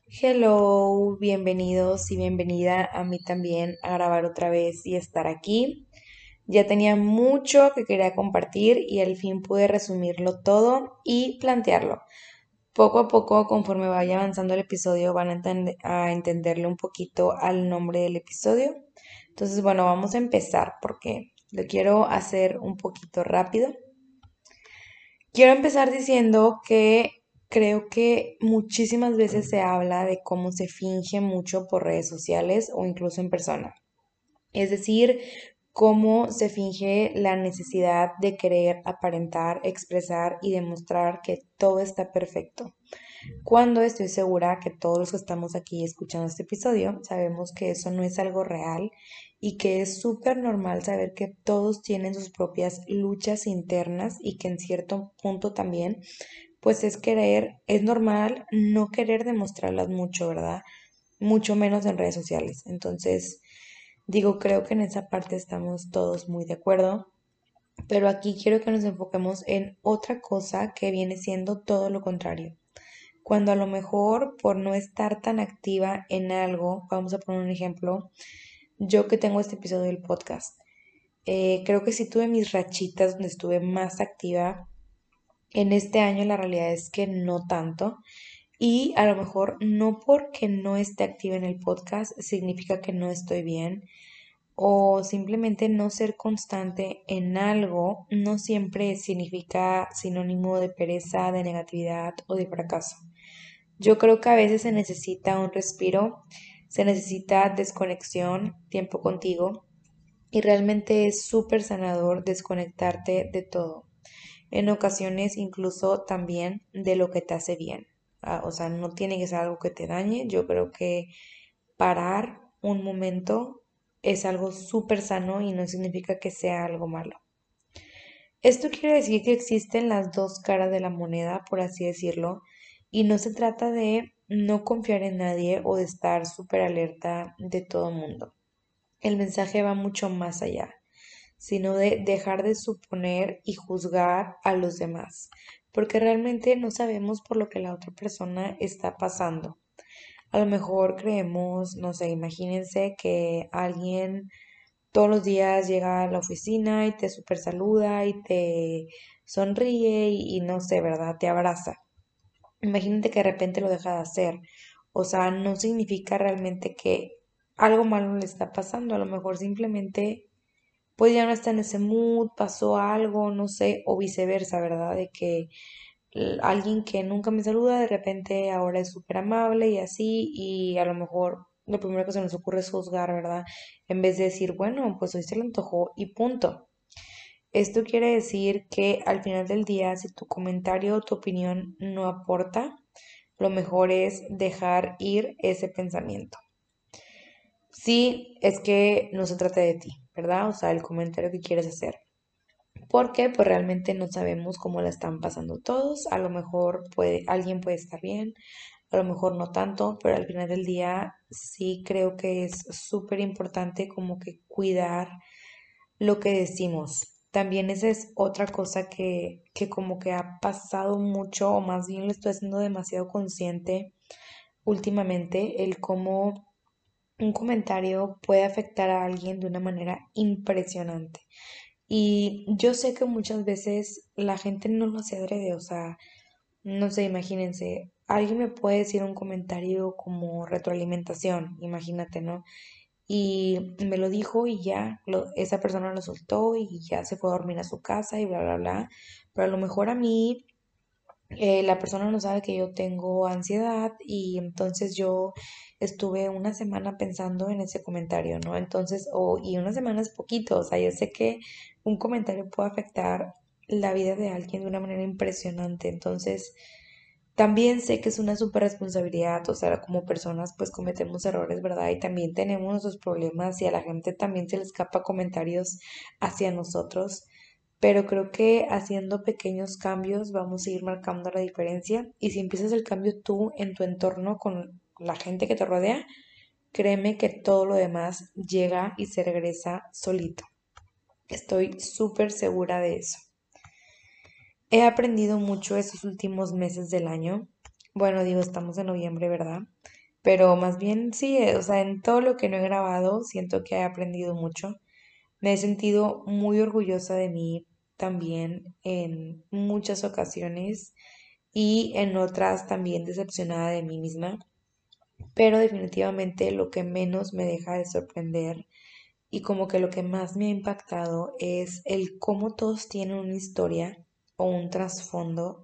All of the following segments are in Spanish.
Hello, bienvenidos y bienvenida a mí también a grabar otra vez y estar aquí. Ya tenía mucho que quería compartir y al fin pude resumirlo todo y plantearlo. Poco a poco, conforme vaya avanzando el episodio, van a entenderle un poquito al nombre del episodio. Entonces, bueno, vamos a empezar porque lo quiero hacer un poquito rápido. Quiero empezar diciendo que creo que muchísimas veces se habla de cómo se finge mucho por redes sociales o incluso en persona. Es decir, cómo se finge la necesidad de querer aparentar, expresar y demostrar que todo está perfecto. Cuando estoy segura que todos los que estamos aquí escuchando este episodio sabemos que eso no es algo real y que es súper normal saber que todos tienen sus propias luchas internas y que en cierto punto también pues es normal no querer demostrarlas mucho, ¿verdad? Mucho menos en redes sociales. Entonces, digo, creo que en esa parte estamos todos muy de acuerdo, pero aquí quiero que nos enfoquemos en otra cosa que viene siendo todo lo contrario. Cuando a lo mejor por no estar tan activa en algo, vamos a poner un ejemplo, yo que tengo este episodio del podcast, creo que sí tuve mis rachitas donde estuve más activa. En este año la realidad es que no tanto y a lo mejor no porque no esté activa en el podcast significa que no estoy bien o simplemente no ser constante en algo no siempre significa sinónimo de pereza, de negatividad o de fracaso. Yo creo que a veces se necesita un respiro, se necesita desconexión, tiempo contigo y realmente es súper sanador desconectarte de todo. En ocasiones incluso también de lo que te hace bien. O sea, no tiene que ser algo que te dañe. Yo creo que parar un momento es algo súper sano y no significa que sea algo malo. Esto quiere decir que existen las dos caras de la moneda, por así decirlo, y no se trata de no confiar en nadie o de estar súper alerta de todo mundo. El mensaje va mucho más allá, sino de dejar de suponer y juzgar a los demás, porque realmente no sabemos por lo que la otra persona está pasando. A lo mejor creemos, no sé, imagínense que alguien todos los días llega a la oficina y te super saluda y te sonríe y no sé, ¿verdad? Te abraza. Imagínate que de repente lo deja de hacer. O sea, no significa realmente que algo malo le está pasando. A lo mejor simplemente pues ya no está en ese mood, pasó algo, no sé, o viceversa, ¿verdad? De que alguien que nunca me saluda de repente ahora es súper amable y así, y a lo mejor lo primero que se nos ocurre es juzgar, ¿verdad? En vez de decir, bueno, pues hoy se le antojó y punto. Esto quiere decir que al final del día, si tu comentario o tu opinión no aporta, lo mejor es dejar ir ese pensamiento. Sí, es que no se trata de ti, ¿verdad? O sea, el comentario que quieres hacer. Porque pues realmente no sabemos cómo la están pasando todos. A lo mejor alguien puede estar bien, a lo mejor no tanto, pero al final del día sí creo que es súper importante como que cuidar lo que decimos. También esa es otra cosa que como que ha pasado mucho, o más bien lo estoy haciendo demasiado consciente últimamente, el cómo un comentario puede afectar a alguien de una manera impresionante. Y yo sé que muchas veces la gente no lo hace adrede, o sea, no sé, imagínense, alguien me puede decir un comentario como retroalimentación, imagínate, ¿no? Y me lo dijo y ya, esa persona lo soltó y ya se fue a dormir a su casa y bla, bla, bla. Pero a lo mejor a mí la persona no sabe que yo tengo ansiedad y entonces yo estuve una semana pensando en ese comentario, ¿no? Entonces, y una semana es poquito, o sea, yo sé que un comentario puede afectar la vida de alguien de una manera impresionante, entonces también sé que es una súper responsabilidad, o sea, como personas pues cometemos errores, ¿verdad? Y también tenemos nuestros problemas y a la gente también se le escapa comentarios hacia nosotros, pero creo que haciendo pequeños cambios vamos a ir marcando la diferencia y si empiezas el cambio tú en tu entorno con la gente que te rodea, créeme que todo lo demás llega y se regresa solito. Estoy súper segura de eso. He aprendido mucho estos últimos meses del año. Bueno, digo, estamos en noviembre, ¿verdad? pero más bien sí, o sea, en todo lo que no he grabado siento que he aprendido mucho. Me he sentido muy orgullosa de mí también en muchas ocasiones y en otras también decepcionada de mí misma, pero definitivamente lo que menos me deja de sorprender y como que lo que más me ha impactado es el cómo todos tienen una historia o un trasfondo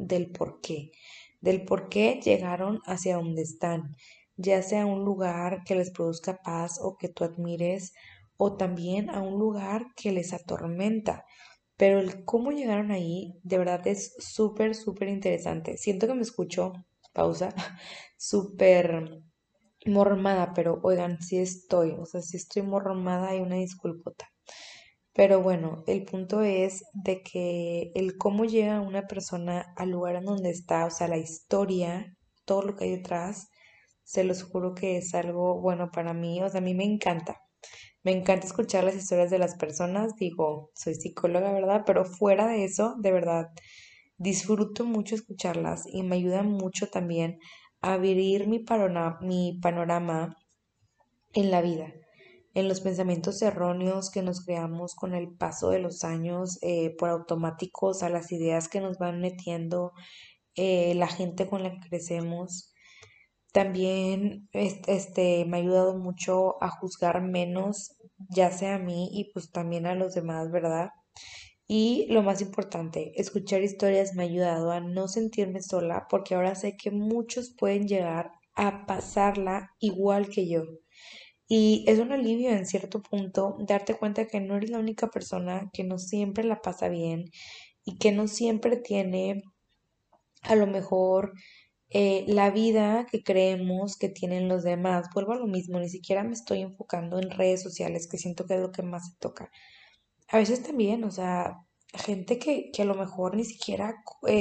del por qué llegaron hacia donde están, ya sea un lugar que les produzca paz o que tú admires, o también a un lugar que les atormenta. Pero el cómo llegaron ahí de verdad es súper, súper interesante. Siento que me escucho, pausa, súper mormada, pero oigan, sí estoy, o sea, sí estoy mormada y una disculpota. Pero bueno, el punto es de que el cómo llega una persona al lugar en donde está, o sea, la historia, todo lo que hay detrás, se los juro que es algo bueno para mí, o sea, a mí me encanta. Me encanta escuchar las historias de las personas, digo, soy psicóloga, ¿verdad? Pero fuera de eso, de verdad, disfruto mucho escucharlas y me ayuda mucho también a abrir mi panorama en la vida, en los pensamientos erróneos que nos creamos con el paso de los años por automáticos a las ideas que nos van metiendo la gente con la que crecemos. También me ha ayudado mucho a juzgar menos, ya sea a mí y pues también a los demás, ¿verdad? Y lo más importante, escuchar historias me ha ayudado a no sentirme sola porque ahora sé que muchos pueden llegar a pasarla igual que yo. Y es un alivio en cierto punto darte cuenta que no eres la única persona que no siempre la pasa bien y que no siempre tiene a lo mejor la vida que creemos que tienen los demás. Vuelvo a lo mismo, ni siquiera me estoy enfocando en redes sociales, que siento que es lo que más se toca. A veces también, o sea, gente que a lo mejor ni siquiera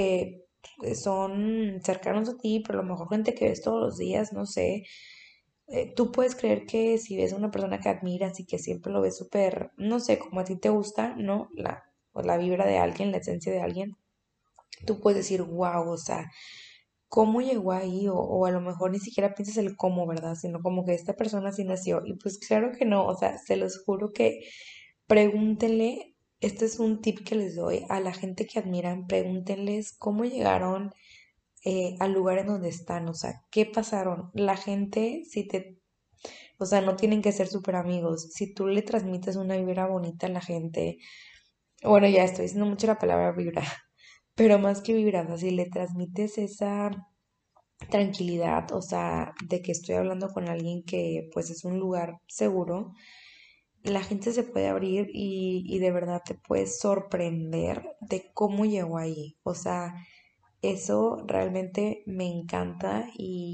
son cercanos a ti, pero a lo mejor gente que ves todos los días, no sé, tú puedes creer que si ves a una persona que admiras y que siempre lo ves súper, no sé, como a ti te gusta, ¿no? O la vibra de alguien, la esencia de alguien, tú puedes decir, wow, o sea, ¿cómo llegó ahí? O a lo mejor ni siquiera piensas el cómo, ¿verdad? Sino como que esta persona así nació. Y pues claro que no, o sea, se los juro que pregúntenle, este es un tip que les doy a la gente que admiran, pregúntenles cómo llegaron al lugar en donde están, o sea, qué pasaron. La gente, si te o sea, no tienen que ser súper amigos. Si tú le transmites una vibra bonita a la gente, bueno, ya estoy diciendo mucho la palabra vibra, pero más que vibra, o sea, si le transmites esa tranquilidad, o sea, de que estoy hablando con alguien que pues es un lugar seguro, la gente se puede abrir y de verdad te puedes sorprender de cómo llegó ahí. O sea, eso realmente me encanta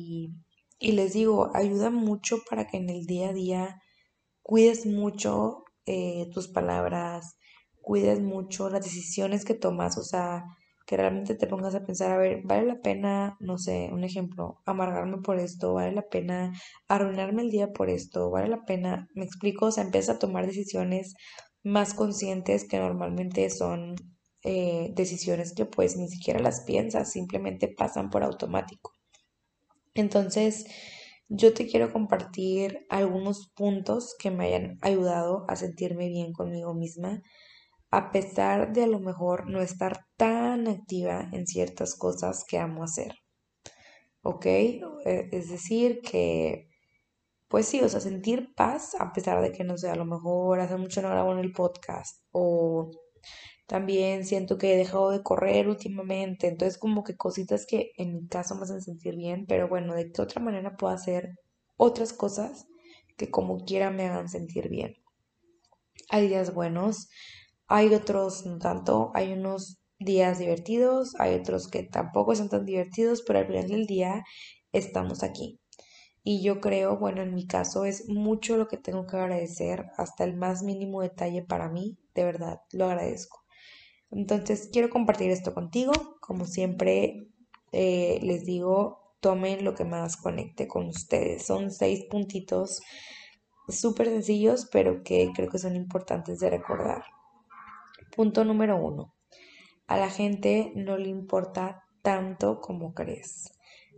y les digo, ayuda mucho para que en el día a día cuides mucho tus palabras, cuides mucho las decisiones que tomas, o sea, que realmente te pongas a pensar, a ver, ¿vale la pena, no sé, un ejemplo, amargarme por esto? ¿Vale la pena arruinarme el día por esto? ¿Vale la pena? Me explico, o sea, empieza a tomar decisiones más conscientes que normalmente son decisiones que pues ni siquiera las piensas, simplemente pasan por automático. Entonces, yo te quiero compartir algunos puntos que me hayan ayudado a sentirme bien conmigo misma, a pesar de a lo mejor no estar tan activa en ciertas cosas que amo hacer, ¿ok? Es decir, que, pues sí, o sea, sentir paz a pesar de que, no sé, a lo mejor hace mucho no grabo en el podcast o también siento que he dejado de correr últimamente, entonces como que cositas que en mi caso me hacen sentir bien, pero bueno, de qué otra manera puedo hacer otras cosas que como quiera me hagan sentir bien. Hay días buenos, hay otros no tanto, hay unos días divertidos, hay otros que tampoco son tan divertidos, pero al final del día estamos aquí. Y yo creo, bueno, en mi caso es mucho lo que tengo que agradecer, hasta el más mínimo detalle para mí, de verdad, lo agradezco. Entonces, quiero compartir esto contigo. Como siempre, les digo, tomen lo que más conecte con ustedes. Son 6 puntitos súper sencillos, pero que creo que son importantes de recordar. Punto número 1. A la gente no le importa tanto como crees.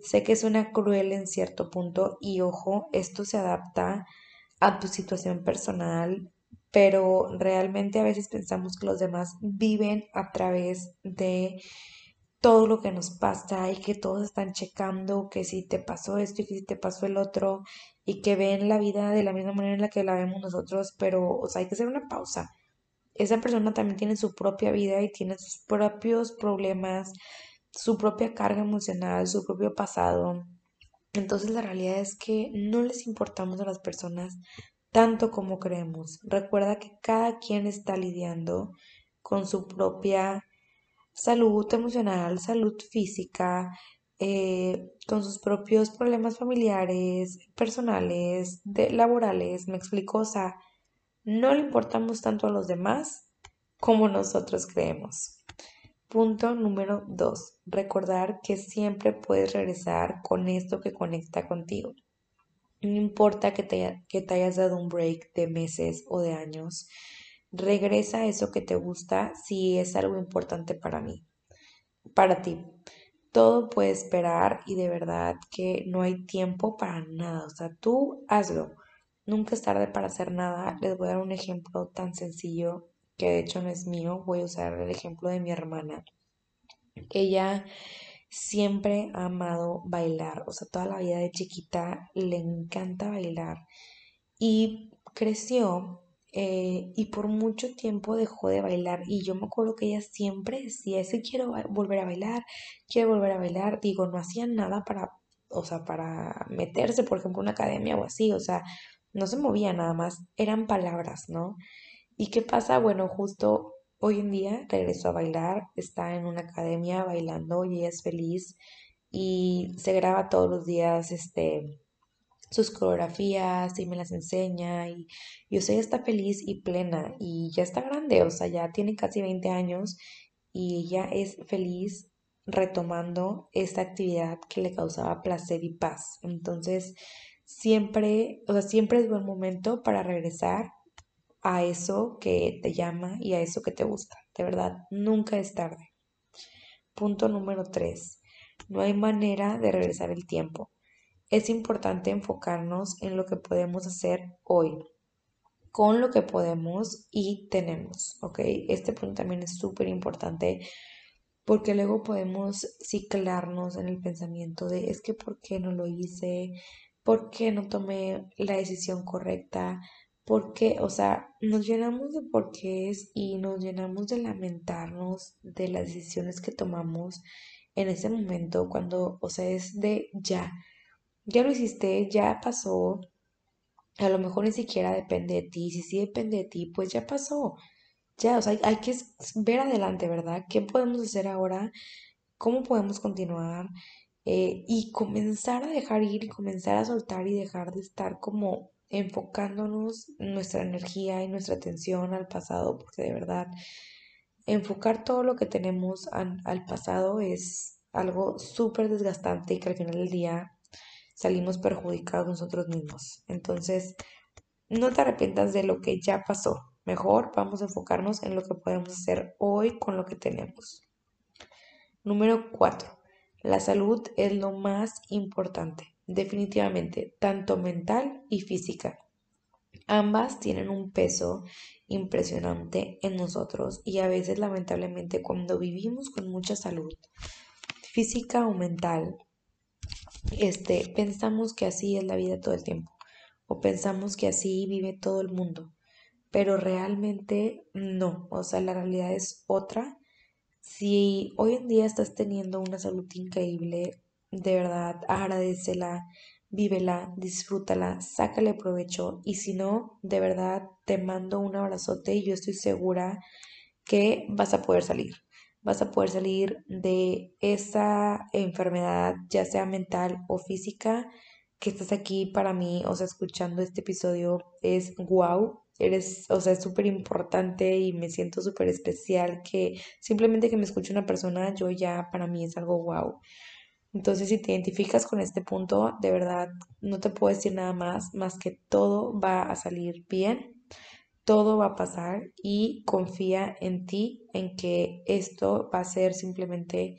Sé que suena cruel en cierto punto y ojo, esto se adapta a tu situación personal, pero realmente a veces pensamos que los demás viven a través de todo lo que nos pasa y que todos están checando que si te pasó esto y que si te pasó el otro y que ven la vida de la misma manera en la que la vemos nosotros, pero o sea, hay que hacer una pausa. Esa persona también tiene su propia vida y tiene sus propios problemas, su propia carga emocional, su propio pasado. Entonces la realidad es que no les importamos a las personas tanto como creemos. Recuerda que cada quien está lidiando con su propia salud emocional, salud física, con sus propios problemas familiares, personales, laborales. Me explico, o sea, no le importamos tanto a los demás como nosotros creemos. Punto número 2. Recordar que siempre puedes regresar con esto que conecta contigo. No importa que te hayas dado un break de meses o de años, regresa a eso que te gusta si es algo importante para ti. Todo puede esperar y de verdad que no hay tiempo para nada. O sea, tú hazlo. Nunca es tarde para hacer nada. Les voy a dar un ejemplo tan sencillo que de hecho no es mío. Voy a usar el ejemplo de mi hermana. Ella siempre ha amado bailar. O sea, toda la vida de chiquita le encanta bailar. Y creció y por mucho tiempo dejó de bailar y yo me acuerdo que ella siempre decía, es que quiero volver a bailar, quiero volver a bailar, digo, no hacía nada para, o sea, para meterse, por ejemplo, en una academia o así, o sea, no se movía nada más, eran palabras, ¿no? ¿Y qué pasa? Bueno, justo hoy en día regresó a bailar, está en una academia bailando y ella es feliz y se graba todos los días, sus coreografías y me las enseña y o sea, ella está feliz y plena y ya está grande, o sea, ya tiene casi 20 años y ella es feliz retomando esta actividad que le causaba placer y paz. Entonces, siempre, o sea, siempre es buen momento para regresar a eso que te llama y a eso que te gusta. De verdad, nunca es tarde. Punto número 3. No hay manera de regresar el tiempo. Es importante enfocarnos en lo que podemos hacer hoy, con lo que podemos y tenemos, ¿ok? Este punto también es súper importante porque luego podemos ciclarnos en el pensamiento de es que ¿por qué no lo hice? ¿Por qué no tomé la decisión correcta? ¿Por qué? O sea, nos llenamos de porqués y nos llenamos de lamentarnos de las decisiones que tomamos en ese momento cuando, o sea, es de ya lo hiciste, ya pasó, a lo mejor ni siquiera depende de ti, si sí depende de ti, pues ya pasó, ya, o sea, hay que ver adelante, ¿verdad? ¿Qué podemos hacer ahora? ¿Cómo podemos continuar? Y comenzar a dejar ir y comenzar a soltar y dejar de estar como enfocándonos nuestra energía y nuestra atención al pasado, porque de verdad, enfocar todo lo que tenemos al pasado es algo súper desgastante y que al final del día salimos perjudicados nosotros mismos. Entonces, no te arrepientas de lo que ya pasó. Mejor vamos a enfocarnos en lo que podemos hacer hoy con lo que tenemos. Número 4. La salud es lo más importante, definitivamente, tanto mental y física. Ambas tienen un peso impresionante en nosotros y a veces lamentablemente cuando vivimos con mucha salud física o mental, pensamos que así es la vida todo el tiempo o pensamos que así vive todo el mundo, pero realmente no, o sea, la realidad es otra. Si hoy en día estás teniendo una salud increíble, de verdad, agradécela, vívela, disfrútala, sácale provecho y si no, de verdad, te mando un abrazote y yo estoy segura que vas a poder salir. Vas a poder salir de esa enfermedad, ya sea mental o física, que estás aquí para mí, o sea, escuchando este episodio es wow. Eres, o sea, es súper importante y me siento súper especial que simplemente que me escuche una persona, yo ya para mí es algo wow. Entonces, si te identificas con este punto, de verdad, no te puedo decir nada más que todo va a salir bien, todo va a pasar y confía en ti, en que esto va a ser simplemente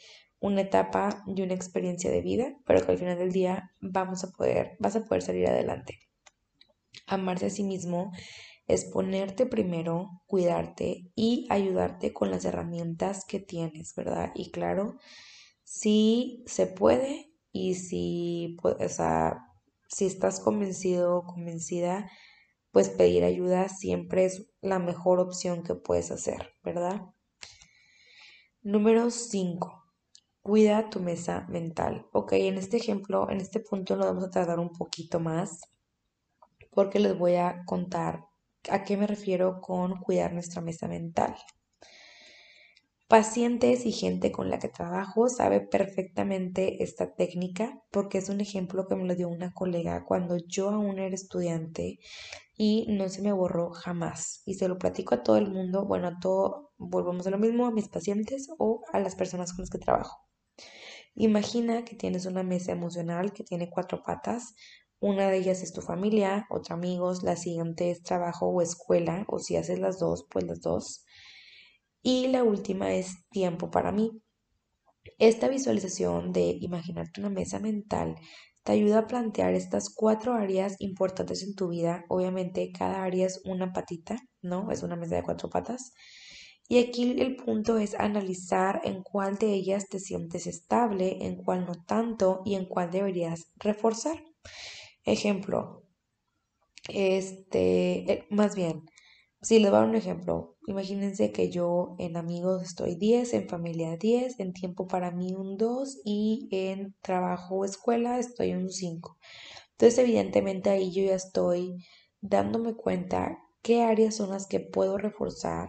una etapa y una experiencia de vida, pero que al final del día vas a poder salir adelante. Amarse a sí mismo es ponerte primero, cuidarte y ayudarte con las herramientas que tienes, ¿verdad? Y claro, si se puede y o sea, si estás convencido o convencida, pues pedir ayuda siempre es la mejor opción que puedes hacer, ¿verdad? Número 5. Cuida tu mesa mental. Ok, en este ejemplo, en este punto nos vamos a tardar un poquito más porque les voy a contar a qué me refiero con cuidar nuestra mesa mental. Pacientes y gente con la que trabajo sabe perfectamente esta técnica porque es un ejemplo que me lo dio una colega cuando yo aún era estudiante y no se me borró jamás. Y se lo platico a todo el mundo, bueno, volvemos a lo mismo, a mis pacientes o a las personas con las que trabajo. Imagina que tienes una mesa emocional que tiene 4 patas. Una de ellas es tu familia, otra amigos, la siguiente es trabajo o escuela, o si haces las dos, pues las dos. Y la última es tiempo para mí. Esta visualización de imaginarte una mesa mental te ayuda a plantear estas 4 áreas importantes en tu vida. Obviamente cada área es una patita, ¿no? Es una mesa de 4 patas. Y aquí el punto es analizar en cuál de ellas te sientes estable, en cuál no tanto y en cuál deberías reforzar. Ejemplo, más bien, si les voy a dar un ejemplo, imagínense que yo en amigos estoy 10, en familia 10, en tiempo para mí un 2 y en trabajo o escuela estoy un 5. Entonces, evidentemente ahí yo ya estoy dándome cuenta qué áreas son las que puedo reforzar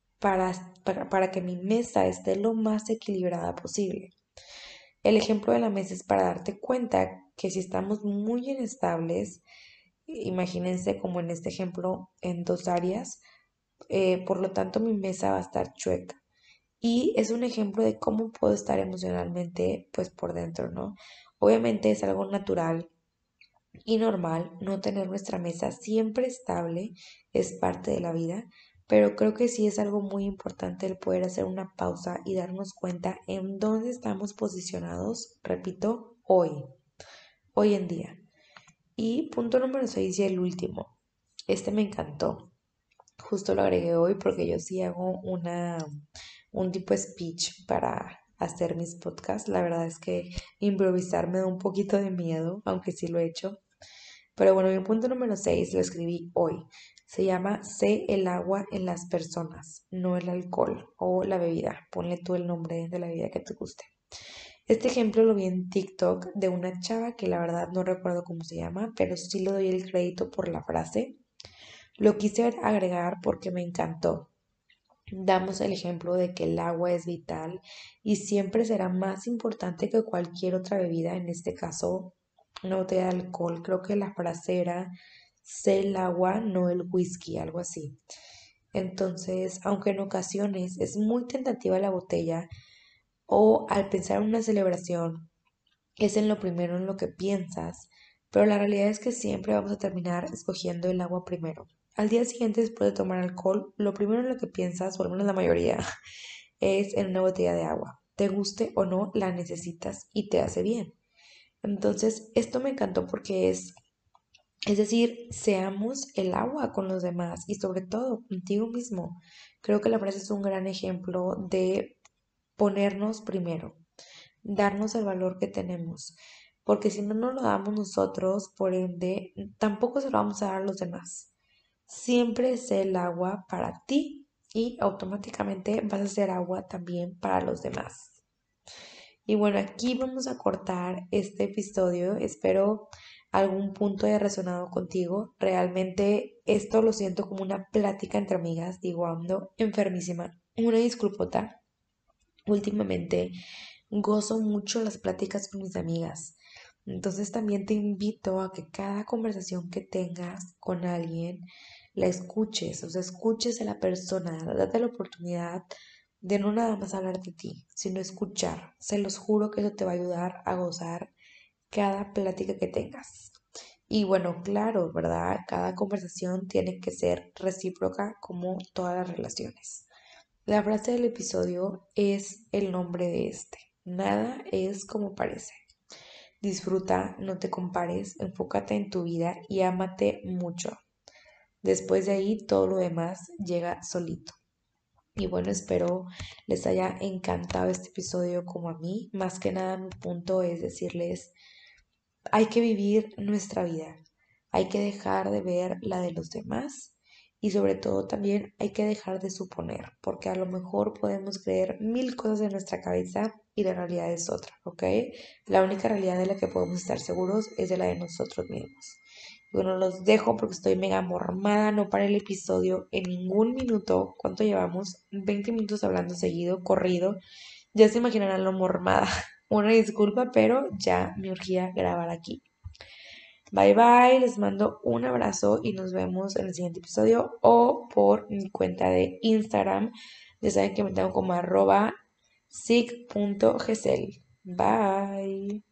para que mi mesa esté lo más equilibrada posible. El ejemplo de la mesa es para darte cuenta que si estamos muy inestables, imagínense como en este ejemplo en 2 áreas, por lo tanto mi mesa va a estar chueca. Y es un ejemplo de cómo puedo estar emocionalmente pues por dentro, ¿no? Obviamente es algo natural y normal no tener nuestra mesa siempre estable, es parte de la vida, pero creo que sí es algo muy importante el poder hacer una pausa y darnos cuenta en dónde estamos posicionados, repito, hoy en día. Y punto número 6 y el último. Este me encantó. Justo lo agregué hoy porque yo sí hago un tipo speech para hacer mis podcasts. La verdad es que improvisar me da un poquito de miedo, aunque sí lo he hecho. Pero bueno, mi punto número 6 lo escribí hoy. Se llama sé el agua en las personas, no el alcohol o la bebida. Ponle tú el nombre de la bebida que te guste. Este ejemplo lo vi en TikTok de una chava que la verdad no recuerdo cómo se llama, pero sí le doy el crédito por la frase. Lo quise agregar porque me encantó. Damos el ejemplo de que el agua es vital y siempre será más importante que cualquier otra bebida, en este caso una botella de alcohol. Creo que la frase era sé el agua, no el whisky, algo así. Entonces, aunque en ocasiones es muy tentativa la botella o al pensar en una celebración es en lo primero en lo que piensas, pero la realidad es que siempre vamos a terminar escogiendo el agua primero. Al día siguiente, después de tomar alcohol, lo primero en lo que piensas, o al menos la mayoría, es en una botella de agua. Te guste o no, la necesitas y te hace bien. Entonces, esto me encantó porque es decir, seamos el agua con los demás y sobre todo contigo mismo. Creo que la frase es un gran ejemplo de ponernos primero, darnos el valor que tenemos, porque si no nos lo damos nosotros, por ende, tampoco se lo vamos a dar a los demás. Siempre es el agua para ti y automáticamente vas a ser agua también para los demás. Y bueno, aquí vamos a cortar este episodio. Espero algún punto haya resonado contigo. Realmente esto lo siento como una plática entre amigas. Digo, ando enfermísima. Una disculpota. Últimamente gozo mucho las pláticas con mis amigas. Entonces también te invito a que cada conversación que tengas con alguien la escuches, o sea, escuches a la persona, date la oportunidad de no nada más hablar de ti, sino escuchar. Se los juro que eso te va a ayudar a gozar cada plática que tengas. Y bueno, claro, ¿verdad? Cada conversación tiene que ser recíproca como todas las relaciones. La frase del episodio es el nombre de este. nada es como parece. Disfruta, no te compares, enfócate en tu vida y ámate mucho. Después de ahí todo lo demás llega solito. Y bueno, espero les haya encantado este episodio como a mí. Más que nada mi punto es decirles, hay que vivir nuestra vida, hay que dejar de ver la de los demás y sobre todo también hay que dejar de suponer, porque a lo mejor podemos creer mil cosas en nuestra cabeza y la realidad es otra, ¿ok? La única realidad de la que podemos estar seguros es de la de nosotros mismos. Bueno, los dejo porque estoy mega mormada, no paré el episodio en ningún minuto. ¿Cuánto llevamos? 20 minutos hablando seguido, corrido. Ya se imaginarán lo mormada. Una disculpa, pero ya me urgía grabar aquí. Bye bye, les mando un abrazo y nos vemos en el siguiente episodio o por mi cuenta de Instagram. Ya saben que me tengo como @sig.gesell. Bye.